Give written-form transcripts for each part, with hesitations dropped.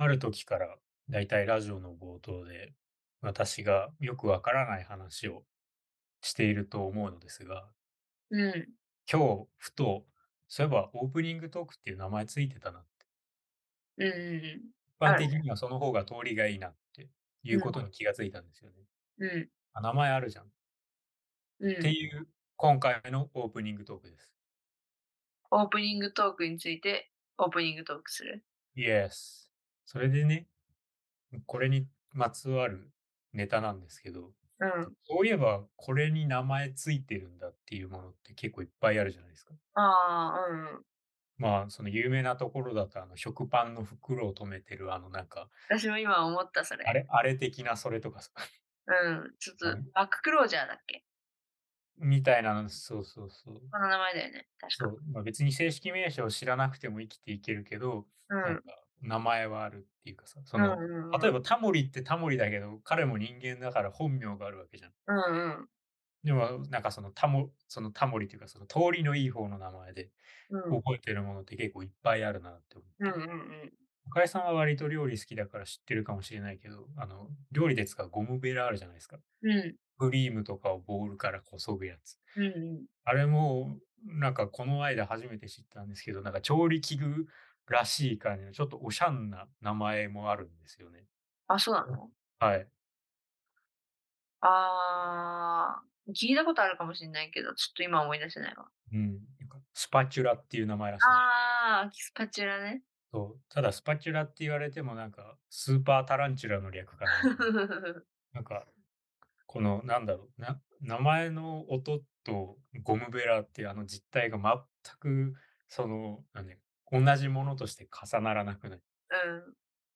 ある時からだいたいラジオの冒頭で、私がよくわからない話をしていると思うのですが、 うん。 今日ふと、そういえばオープニングトークっていう名前ついてたなって、 うんうんうん。 一般あるね。 的にはその方が通りがいいなっていうん、 うことに気がついたんですよね。 うん、 あ、名前あるじゃんっうん。 ていう今回のオープニングトークです。 オープニングトークについて、オープニングトークする。 Yes。それでね、これにまつわるネタなんですけど、 うん。 そういえばこれに名前ついてるんだっていうものって結構いっぱいあるじゃないですか。 ああ、うんうん。 まあ、その有名なところだと、食パンの袋を留めてる、 私も今思った、それ。 あれ的なそれとかさ、 うん。ちょっと、 はい。 バッククロージャーだっけ？ みたいなの、そうそうそう。 その名前だよね、確か。 そう、まあ、別に正式名称を知らなくても生きていけるけど、 うん。 名前はあるっていうかさ、 うんうんうん。 例えばタモリってタモリだけど、彼も人間だから本名があるわけじゃん。 うんうん。 でも、そのタモリっていうか、その通りのいい方の名前でうん。 覚えてるものって結構いっぱいあるなって思って。 うんうんうん。 岡井さんは割と料理好きだから知ってるかもしれないけど、料理で使うゴムベラあるじゃないですか。 うん。 クリームとかをボウルからこそぐやつ。 うんうん。 あれも、この間初めて知ったんですけど、調理器具らしい感じの、ちょっとおしゃんな名前もあるんですよね。 あ、そうなの？ はい。 ああ、聞いたことあるかもしんないけど、ちょっと今思い出せないわ。 うん。スパチュラっていう名前らしいんですよ。 ああ、スパチュラね。 そう。ただスパチュラって言われてもスーパータランチュラの略かなみたいな。なんかこのなんだろう、名前の音とゴムベラっていうあの実態が全く同じものとして重ならなくない。 うん、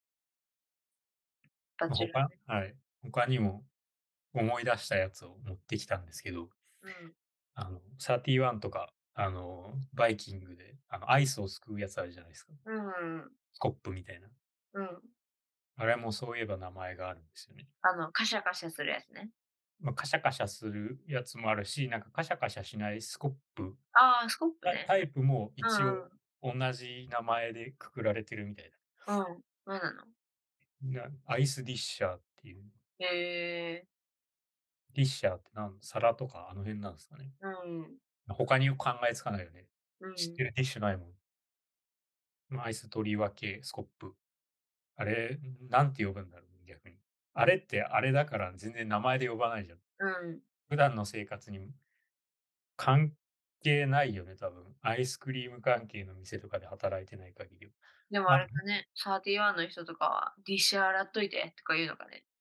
スパま、 チュラね。 他にも思い出したやつを持ってきたんですけど、 うん。 31とか、バイキングで、アイスをすくうやつあるじゃないですか。 うんうん。 スコップみたいな。 うん。 あれもそういえば名前があるんですよね。 カシャカシャするやつね。 まあ、カシャカシャするやつもあるし、カシャカシャしないスコップああ、スコップね。 タイプも一応うんうん。 同じ名前でくくられてるみたいだ。 うん。なんなの？ アイスディッシャーっていう。 へえ。 ディッシャーって皿とかあの辺なんですかね。 うん。 他に考えつかないよね。 うん。 知ってるディッシュないもん。アイス取り分け、スコップ。あれ、なんて呼ぶんだろうね、逆に。あれってあれだから全然名前で呼ばないじゃん。 うん。 普段の生活に関係ないよね、多分。アイスクリーム関係の店とかで働いてない限りは。 でもあなんれかね、31の人とかは、ディッシュ洗っといてとか言うのかね。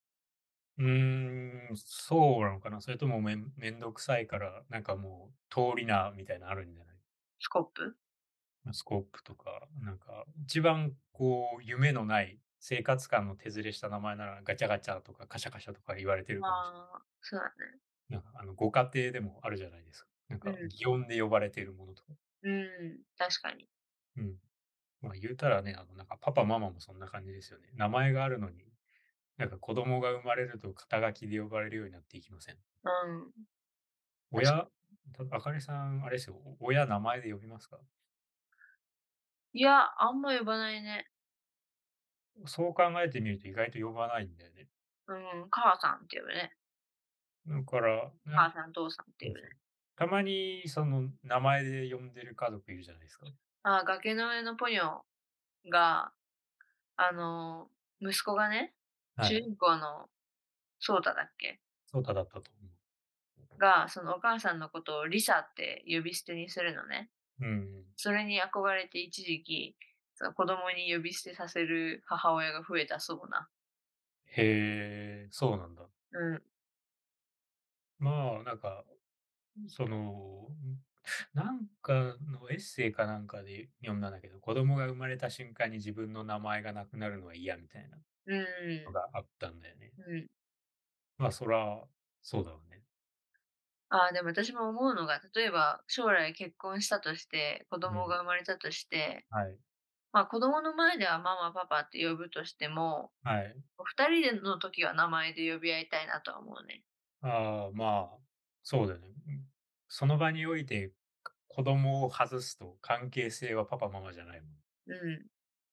そうなのかな。それともめんどくさいから、もう通りなみたいなのあるんじゃない？ スコップ？ スコープとか、一番こう夢のない生活感の手ずれした名前ならガチャガチャとかカシャカシャとか言われてるかもしれああ、そうだね。 ない。ご家庭でもあるじゃないですか。 うん。 擬音で呼ばれているものとか。 うん、確かに。 うん。まあ言うたらね、パパママもそんな感じですよね。名前があるのに、子供が生まれると肩書きで呼ばれるようになっていきません？ うん、確か親あかりさん、あれですよ、親名前で呼びますか？ に。いや、あんま呼ばないね。 そう考えてみると意外と呼ばないんだよね。 うん、母さんって呼ぶね。 だから、 母さん、父さんって呼ぶね。 そうそう。たまにその名前で呼んでる家族いるじゃないですか。 ああ、崖の上のポニョが、あの、息子がね、 はい。 主人公のソータだっけ？ ソータだったと思う。 が、そのお母さんのことをリサって呼び捨てにするのね。 うんうん。 それに憧れて一時期、その子供に呼び捨てさせる母親が増えたそうな。 へえ、そうなんだ。 うん、 まあ、その、なんかのエッセイかなんかで読んだんだけど、子供が生まれた瞬間に自分の名前がなくなるのは嫌みたいなうん、 のがあったんだよね。 うん。 まあ、そら、そうだろうね。 ああ、でも私も思うのが、例えば将来結婚したとして、子うん。 供が生まれたとして、 はい。 まあ、子供の前ではママ、パパって呼ぶとしても、 はい。 2人での時は名前で呼び合いたいなとは思うね。 ああ、まあ、そうだよね。うん。その場において、子供を外すと関係性はパパママじゃないもん。 うん。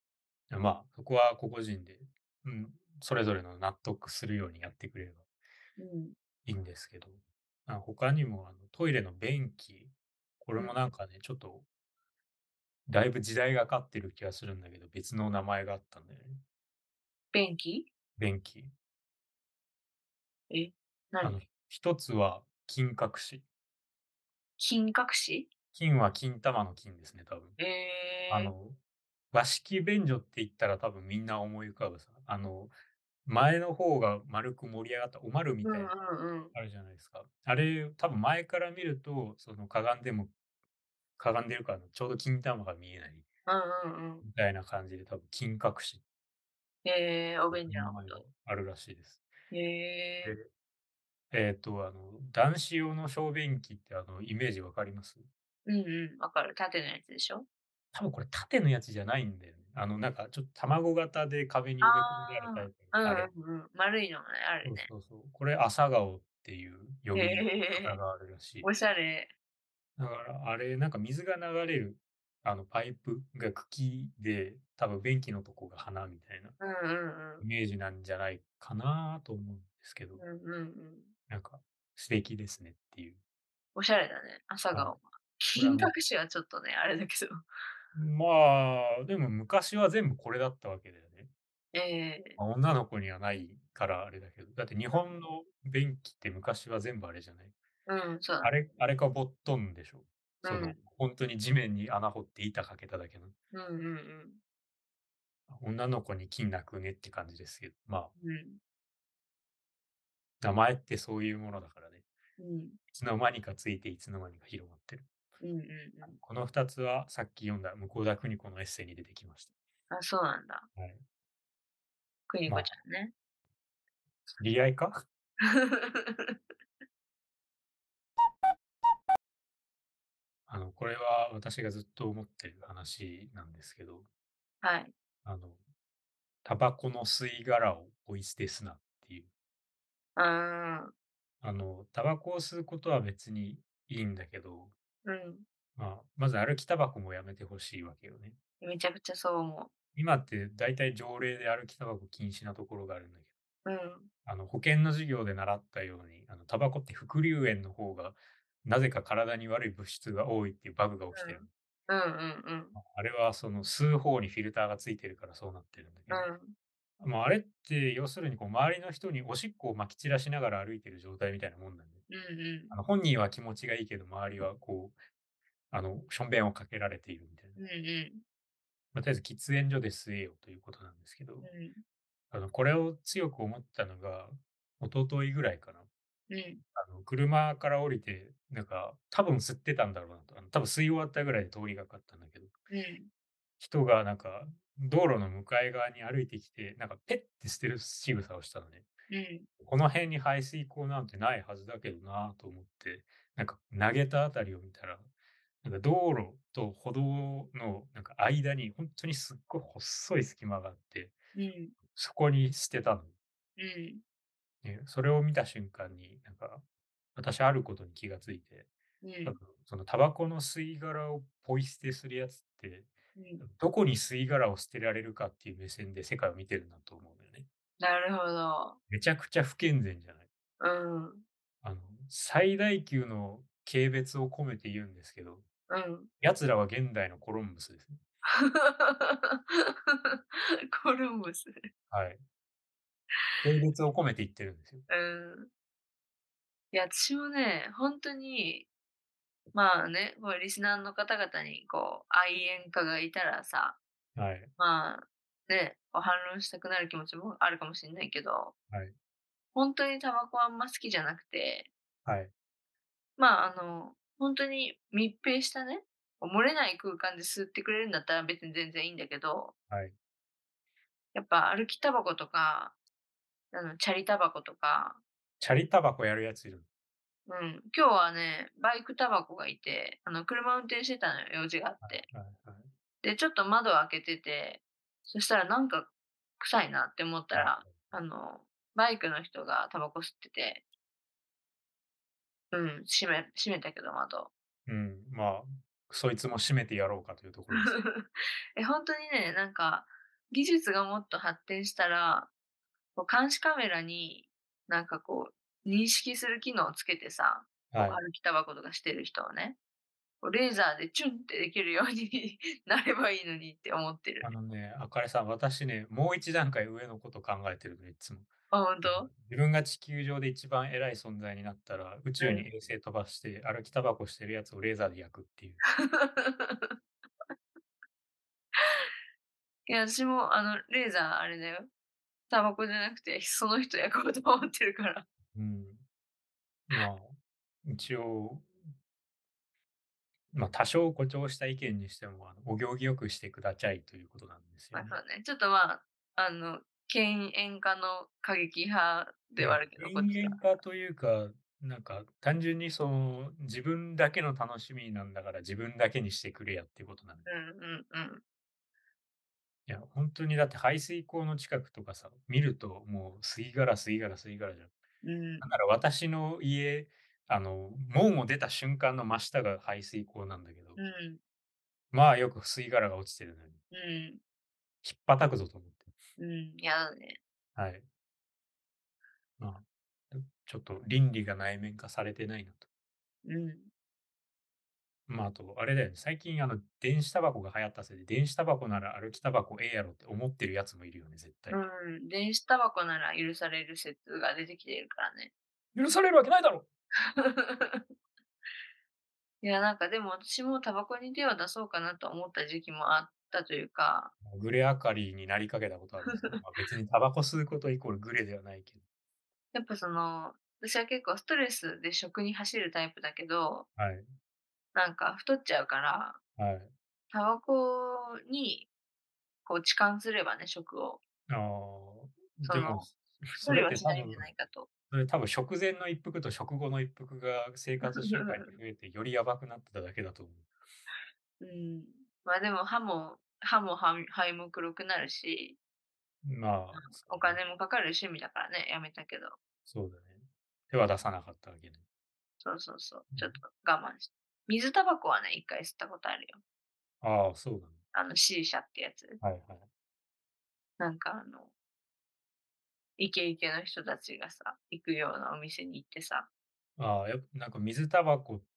まあ、そこは個々人で、うん、それぞれの納得するようにやってくれればうん、 いいんですけど、他にもトイレの便器、これうん。 もなんかね、ちょっとだいぶ時代がかってる気がするんだけど、別の名前があったんだよね。 便器？ 便器。 え、 あの、 何？ 一つは金隠し。 金隠し？ 金は金玉の金ですね、多分。 ええ。 あの、和式便所って言ったら多分みんな思い浮かぶさ、前の方が丸く盛り上がったおまるみうんうたいな、 んうん。 あるじゃないですか。あれ、多分前から見ると、かがんでるから、ちょうど金玉が見えないうんうんうん。 みたいな感じで、多分金隠しへえ、おって便所いう名前がのこと。 あるらしいです。 へえ。 で、男子用の小便器ってイメージわかります？ うんうん、わかる。縦のやつでしょ？ 多分これ縦のやつじゃないんだよね。なんかちょっと卵型で壁に埋め込んであるタあイプの、 あ、 あれ。 うんうんうん。丸いのもね、あるそうね。 そうそう。これ朝顔っていう呼へび方え、 があるらしい。 おしゃれ。 だからあれ、なんか水が流れる、パイプが茎で、多分便器のとこが花みたいなうんうんうん。 イメージなんじゃないかなと思うんですけど、 うんうんうん。 なんか素敵ですねっていう。 おしゃれだね、朝はい。 顔。 これ金隠しはちょっとね、あれだけど。 でも昔は全部これだったわけだよね。 ええ。 女の子にはないからあれだけど、だって日本の便器って昔は全部あれじゃない？ うん、うん、そうだね。 あれかボットンでしょ。 うん。 ほんとに地面に穴掘って板かけただけの。 うんうんうん。 女の子に金なくねって感じですけど、 うん。 名前ってそういうものだからね。 うん。 いつの間にかついていつの間にか広まってる。 うんうんうん。 この2つはさっき読んだ向田邦子のエッセイに出てきましあ、そうなんだ。 た。はい。 邦子ちまあ、 ゃんね。 知り合いか？これは私がずっと思ってる話なんですけど、 はい。 あの、タバコの吸い殻をポイ捨てすなっていう。 ああ、 タバコを吸うことは別にいいんだけど、 うん。 まず歩きタバコもやめてほしいわけよね。 めちゃくちゃそう思今ってだいたい条例で歩きタバコ禁止なところがあるんだけど、 う。うん。 保健の授業で習ったように、タバコって副流煙の方が、なぜか体に悪い物質が多いっていうバグが起きてる。 うん。うんうんうん。 あれはその吸う方にフィルターがついてるからそうなってるんだけど、 うん。 あれって要するにこう周りの人におしっこを撒き散らしながら歩いてる状態みたいなもんなんで、 うんうん。 本人は気持ちがいいけど、周りはこう、しょんべんをかけられているみたいな。 うんうん。 とりあえず喫煙所で吸えよということなんですけど、 うん。 これを強く思ったのが、一昨日ぐらいかな。 うん。 車から降りて、なんか、多分吸ってたんだろうなと。多分吸い終わったぐらいで通りがかったんだけど、 うん。 人がなんか、道路の向かい側に歩いてきて、なんかペッて捨てる仕草をしたのね。 うん。 この辺に排水溝なんてないはずだけどなと思って、なんか投げたあたりを見たら、なんか道路と歩道のなんか間に本当にすっごい細い隙間があって、 うん。 そこに捨てたの。 うん。 ね、それを見た瞬間に、なんか、私あることに気がついて、 うん。 多分そのタバコの吸い殻をポイ捨てするやつって、 うん。 どこに吸い殻を捨てられるかっていう目線で世界を見てるんだと思うんだよね。 なるほど。 めちゃくちゃ不健全じゃない。 うん。 あの、最大級の軽蔑を込めて言うんですけど、 うん。 奴らは現代のコロンブスですね。 コルンブス。 はい。軽蔑を込めて言ってるんですよ。 うん。いや、私もね、ほんとに、まあね、こうリスナーの方々にこう、愛煙家がいたらさ、 はい。 まあ、ね、こう反論したくなる気持ちもあるかもしんないけど、 はい。 ほんとにタバコあんま好きじゃなくて、 はい。 ほんとに密閉したね、漏れない空間で吸ってくれるんだったら別に全然いいんだけど、 はい。 やっぱ歩きタバコとか、チャリタバコとか、 チャリタバコやるやついる。 うん、今日はね、バイクタバコがいて、車運転してたのよ、用事があっはいて。 はいはい。 で、ちょっと窓開けてて、そしたらなんか臭いなって思ったはい。 ら、あの、バイクの人がタバコ吸ってて、うん、閉めたけど窓。 うん、そいつも締めてやろうかというところです。 ほんとにね、なんか技術がもっと発展したら、こう監視カメラに、なんかこう、認識する機能をつけてさ、こうはい。 歩きタバコとかしてる人をね、こうレーザーでチュンってできるようになればいいのにって思ってるね。 あのね、あかりさん、私ね、もう一段階上のこと考えてるの、いつも。 あ、ほんと？ 自分が地球上で一番偉い存在になったら、宇宙にうん。 衛星飛ばして、歩きタバコしてるやつをレーザーで焼くっていう。 いや、私もレーザーあれだよ、タバコじゃなくて、その人焼こうと思ってるから。 うん。まあ、一応、多少誇張した意見にしても、お行儀よくしてくだちゃいということなんですよま、 ね。 そうね、ちょっと、まあ、犬猿家の過激派いや、 ではあるけど、こっちは。 人間化というか、単純にその、自分だけの楽しみなんだから、自分だけにしてくれやっていうことなんで。 うんうんうん。 いや、本当にだって排水溝の近くとかさ、見るともう吸い殻吸い殻吸い殻じゃん。 うん、 なんなら私の家、門を出た瞬間の真下が排水溝なんだけど、 うん、 まあよく吸い殻が落ちてるのに、 うん、 ひっぱたくぞと思って。 うん、やだね。 はい。まちょっと倫理が内面化されてないなと。 うん。 あと、あれだよね、最近電子タバコが流行ったせいで、電子タバコなら歩きタバコええやろって思ってるやつもいるよね、絶対。 うん、電子タバコなら許される説が出てきているからね。 許されるわけないだろ！ いや、なんかでも私もタバコに手を出そうかなと思った時期もあったというか、 グレ明かりになりかけたことあるんですけど、別にタバコ吸うことイコールグレではないけど。 やっぱ私は結構ストレスで食に走るタイプだけど、 はい、 なんか太っちゃうから、 はい。 タバコにこう置換すればね、食を、 ああ、でも、 その、 それっ太りはしないんじゃて多分ないかと。 それ多分食前の一服と食後の一服が生活習慣に増えて、よりやばくなってただけだと思う。 うん。ま、でも歯も黒くなるし、 そうね。 お金もかかる趣味だからね、やめたけど。 そうだね。手は出さなかったわけね。 そうそうそう、 うん。 ちょっと我慢して。水タバコはね、一回吸ったことあるよ。 ああ、そうだね。 シーシャってやつ。 はいはい。 なんかイケイケの人たちがさ、行くようなお店に行ってさ。 ああ、水タバコって、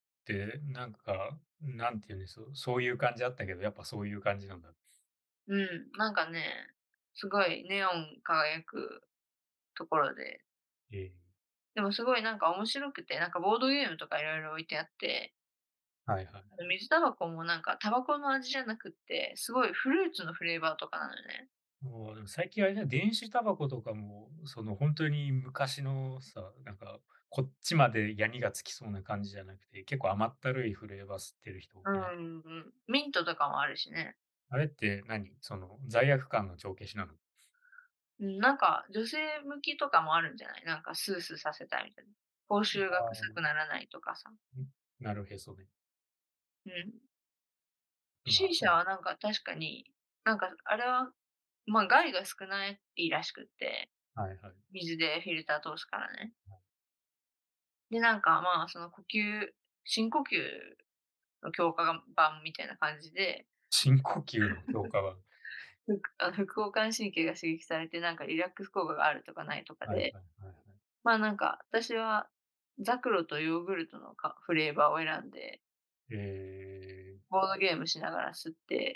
なんていうんですそういう感じあったけど、やっぱそういう感じなんだ。 うん、なんかね、すごいネオン輝くところで、 ええ、 でもすごいなんか面白くて、なんかボードゲームとかいろいろ置いてあって、 はいはい。 水タバコもなんかタバコの味じゃなくって、すごいフルーツのフレーバーとかなのよね。 もう、でも最近あれだよ、電子タバコとかも、本当に昔のさ、こっちまでヤニがつきそうな感じじゃなくて、結構甘ったるいフレーバー吸ってる人多うくない？ んうん。ミントとかもあるしね。 あれって罪悪感の帳消しなの？ うん、なんか女性向きとかもあるんじゃない？なんかスースーさせたいみたいな。口臭が臭くあならないとかさ。 あ、なるへそね。 うん。 まあ、 C 社はなんか確かに、なんかあれは、ま、害が少ないらしくって、 はいはい。 水でフィルター通すからね。で、なんか、まあ、その深呼吸の強化版みたいな感じで、 深呼吸の強化は副交感神経が刺激されて、なんかリラックス効果があるとかないとかはいはいで、 はいはい。 まあ、なんか、私はザクロとヨーグルトのフレーバーを選んで、 ええ、 ボードゲームしながら吸って、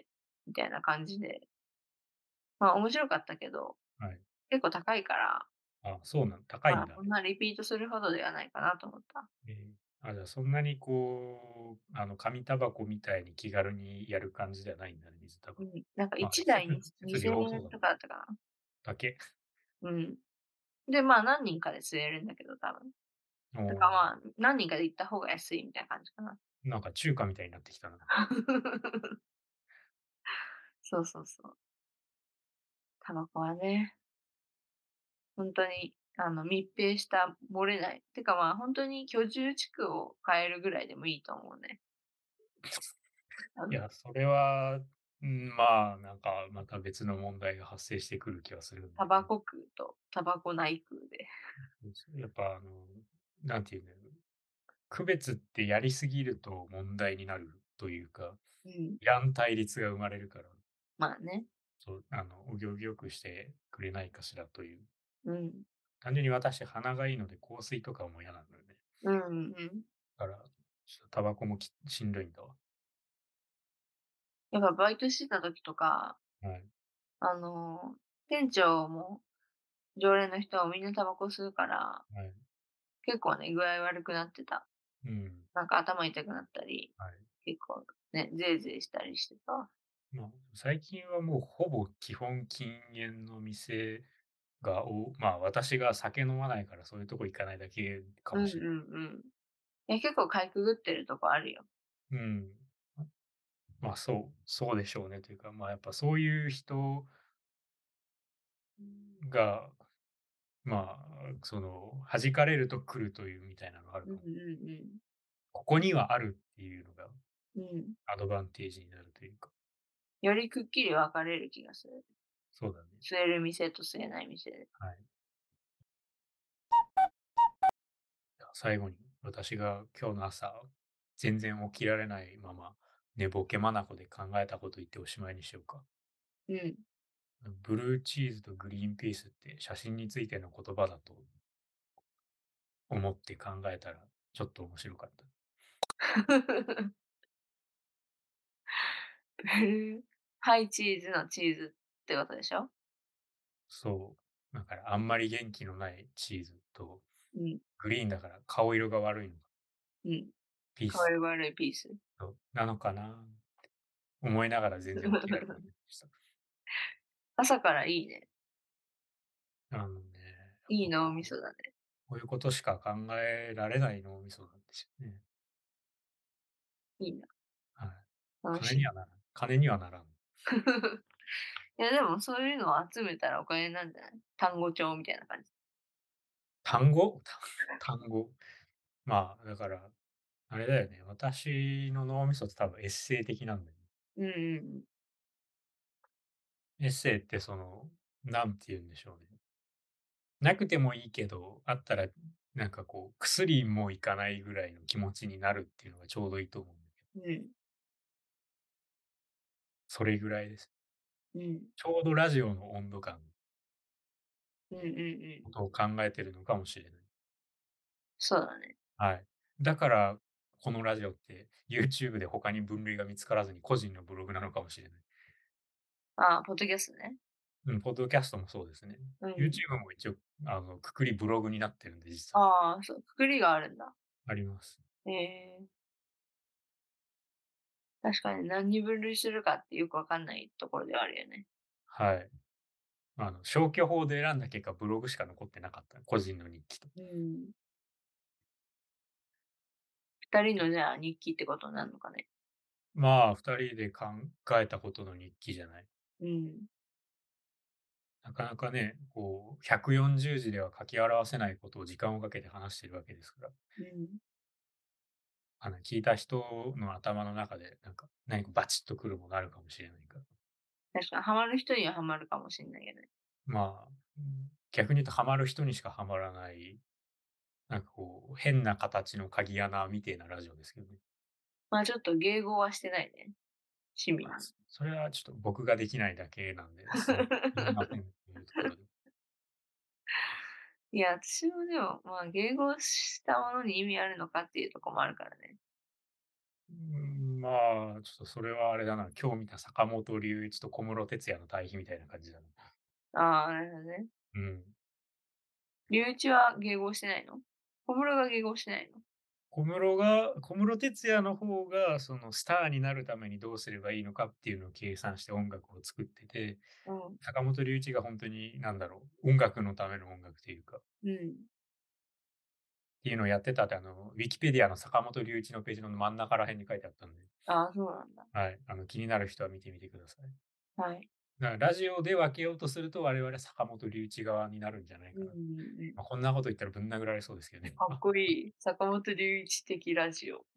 みたいな感じで、まあ、面白かったけど、 はい。 結構高いから、 あ、そうなん高いまあ、 んだ。 そんなリピートするほどではないかなと思った。 ええ。じゃあそんなに紙タバコみたいに気軽にやる感じではないんだね、水タバコ。 うん、なんか1台に設備 2000 多そうだもん。 円とかだったかな。 だけ。 うん。で、まあ、何人かで吸えるんだけど、多分。 おお、 だからまあ、何人かで行った方が安いみたいな感じかな。 なんか中華みたいになってきたな。 そうそうそう。タバコはね、ほんとに、密閉した漏れない、てか、まあ、ほんとに居住地区を変えるぐらいでもいいと思うね。あの、 いや、それは、また別の問題が発生してくる気はするんだけど。 タバコ区とタバコ内区で。 やっぱなんていうんだろう、区別ってやりすぎると問題になるというか、 うん、 いらん対立が生まれるから、 まあね。 そう、お行儀よくしてくれないかしらという。 うん。 単純に私鼻がいいので香水とかも嫌なので、 うんうんうん。 だから、ちょっとタバコもしんどいんだわ。 やっぱバイトしてた時とか、 はい、 あの、店長も常連の人はみんなタバコ吸うから、 はい。 結構ね、具合悪くなってた。 うん、 なんか頭痛くなったり、 はい。 結構ね、ゼーゼーしたりしてた。 まあ、最近はもうほぼ基本禁煙の店が、まあ、私が酒飲まないからそういうとこ行かないだけかうんうもしれない。 んうん。結構かいくぐってるとこあるよ。 うん。まあ、そうでしょうねというか、まあ、やっぱそういう人が、まあ、弾かれると来るというみたいなのがあるかも。 うんうんうん。 ここにはあるっていうのがうん。 アドバンテージになるというか、 よりくっきり分かれる気がする。 そうだね。 吸える店と吸えない店で。 はい。最後に私が今日の朝、全然起きられないまま、寝ぼけ眼で考えたこと言っておしまいにしようか。 うん。 ブルーチーズとグリーンピースって写真についての言葉だと思って考えたら、ちょっと面白かった。 ブルーハイチーズのチーズってことでしょ？ そう。だからあんまり元気のないチーズと、 うん、 グリーンだから顔色が悪いのがうん。 ピース可愛い悪いピース。 なのかな、思いながら全然起きられませんでした。 朝からいいね。 やっぱいい脳みそだね。 こういうことしか考えられない脳みそなんですよね。 いいな、 はい。 楽しい。 金にはならん。 いや、でもそういうのを集めたらお金なんじゃない？単語帳みたいな感じ。 単語単語。まあ、だから、あれだよね。私の脳みそって多分エッセイ的なんだよね。 うんうんうん。 エッセイってなんて言うんでしょうね。なくてもいいけど、あったら、なんかこう、薬もいかないぐらいの気持ちになるっていうのがちょうどいいと思うんだけど、 うん。 それぐらいです。 うん。 ちょうどラジオの温度感うんうんうん。 のことを考えてるのかもしれない。 そうだね。 はい。だから、このラジオって YouTube で他に分類が見つからずに個人のブログなのかもしれない。 ああ、ポッドキャストね。 うん、ポッドキャストもそうですね。 うん。 YouTube も一応、くくりブログになってるんで、実は。 ああ、そう、くくりがあるんだ。 あります。 ええ、確かに何に分類するかってよくわかんないところではあるよね。 はい。消去法で選んだ結果、ブログしか残ってなかった。個人の日記と。 うん。2人のじゃあ日記ってことになるのかね。 まあ、二人で考えたことの日記じゃない。 うん。 なかなかね、こう、140字では書き表せないことを時間をかけて話してるわけですから、 うん。 聞いた人の頭の中で、なんか、何かバチッとくるものあるかもしれないから。 確かにハマる人にはハマるかもしんないけどね。 まあ、逆に言うとハマる人にしかハマらない、なんかこう、変な形の鍵穴みてえなラジオですけどね。 まあ、ちょっと迎合はしてないね、市民まあ、 に。 それはちょっと僕ができないだけなんで、すみませんというところで。 いや、私もでも、まあ、迎合したものに意味あるのかっていうとこもあるからね。 まあ、ちょっとそれはあれだな、今日見た坂本龍一と小室哲哉の対比みたいな感じだな。 ああ、なるほどね。 うん。 龍一は迎合してないの？小室が迎合してないの？ 小室哲哉の方が、そのスターになるためにどうすればいいのかっていうのを計算して音楽を作ってて、 うん。 坂本龍一が本当になんだろう、音楽のための音楽というか、っうん。 ていうのをやってたって、ウィキペディアの坂本龍一のページの真ん中ら辺に書いてあったんで、 ああ、そうなんだ。 はい、気になる人は見てみてください。 はい。 だからラジオで分けようとすると、我々は坂本龍一側になるんじゃないうんうかな。 んうん。 まあ、こんなこと言ったらぶん殴られそうですけどね。 かっこいい。坂本龍一的ラジオ。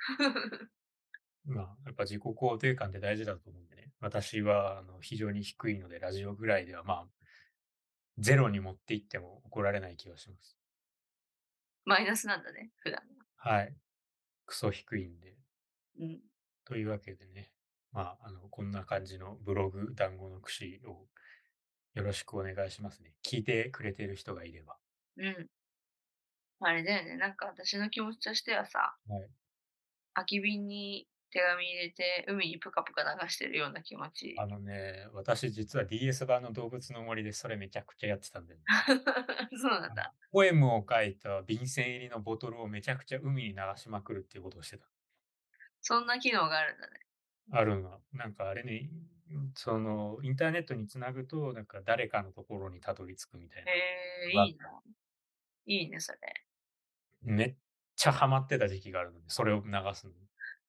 まあ、やっぱ自己肯定感って大事だと思うんでね。私は非常に低いので、ラジオぐらいではまあ、ゼロに持っていっても怒られない気がします。 マイナスなんだね、普段が。 はい。クソ低いんで。 うん。 というわけでね。 こんな感じのブログ、談合の串をよろしくお願いしますね。聞いてくれてる人がいれば。 うん。あれだよね、なんか私の気持ちとしてはさ、 はい。 空き瓶に手紙入れて、海にプカプカ流してるような気持ち。 私実は DS 版の動物の森でそれめちゃくちゃやってたんだよね。 そうなんだ。 ポエムを書いた便箋入りのボトルをめちゃくちゃ海に流しまくるっていうことをしてた。 そんな機能があるんだね。 あるの。なんかあれね、インターネットにつなぐと、なんか誰かのところにたどり着くみたいへな。 え、 わいいな。いいね、それ。 めっちゃハマってた時期があるので、それを流すのに。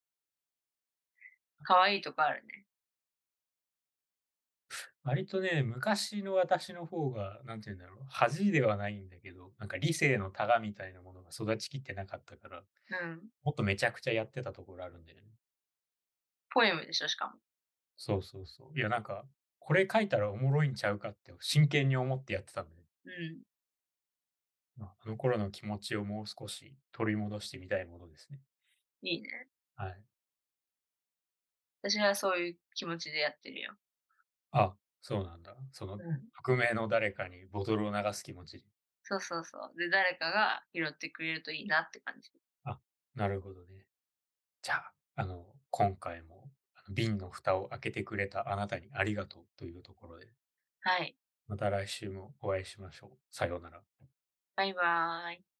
可愛いとこあるね。 割とね、昔の私の方が、なんて言うんだろう、恥ではないんだけど、なんか理性のタガみたいなものが育ちきってなかったから、 うん。 もっとめちゃくちゃやってたところあるんだよね。 ポエムでしょ、しかも。 そうそうそう。いやなんか、これ書いたらおもろいんちゃうかって真剣に思ってやってたんだよね。 うん、 あの頃の気持ちをもう少し取り戻してみたいものですね。 いいね。 はい。 私はそういう気持ちでやってるよ。 あ、そうなんだ。その、 うん。 匿名の誰かにボトルを流す気持ち。 そうそうそう。で、誰かが拾ってくれるといいなって感じ。 あ、なるほどね。じゃあ、今回も、瓶の蓋を開けてくれたあなたにありがとうというところで、 はい。 また来週もお会いしましょう。さようなら。 バイバーイ。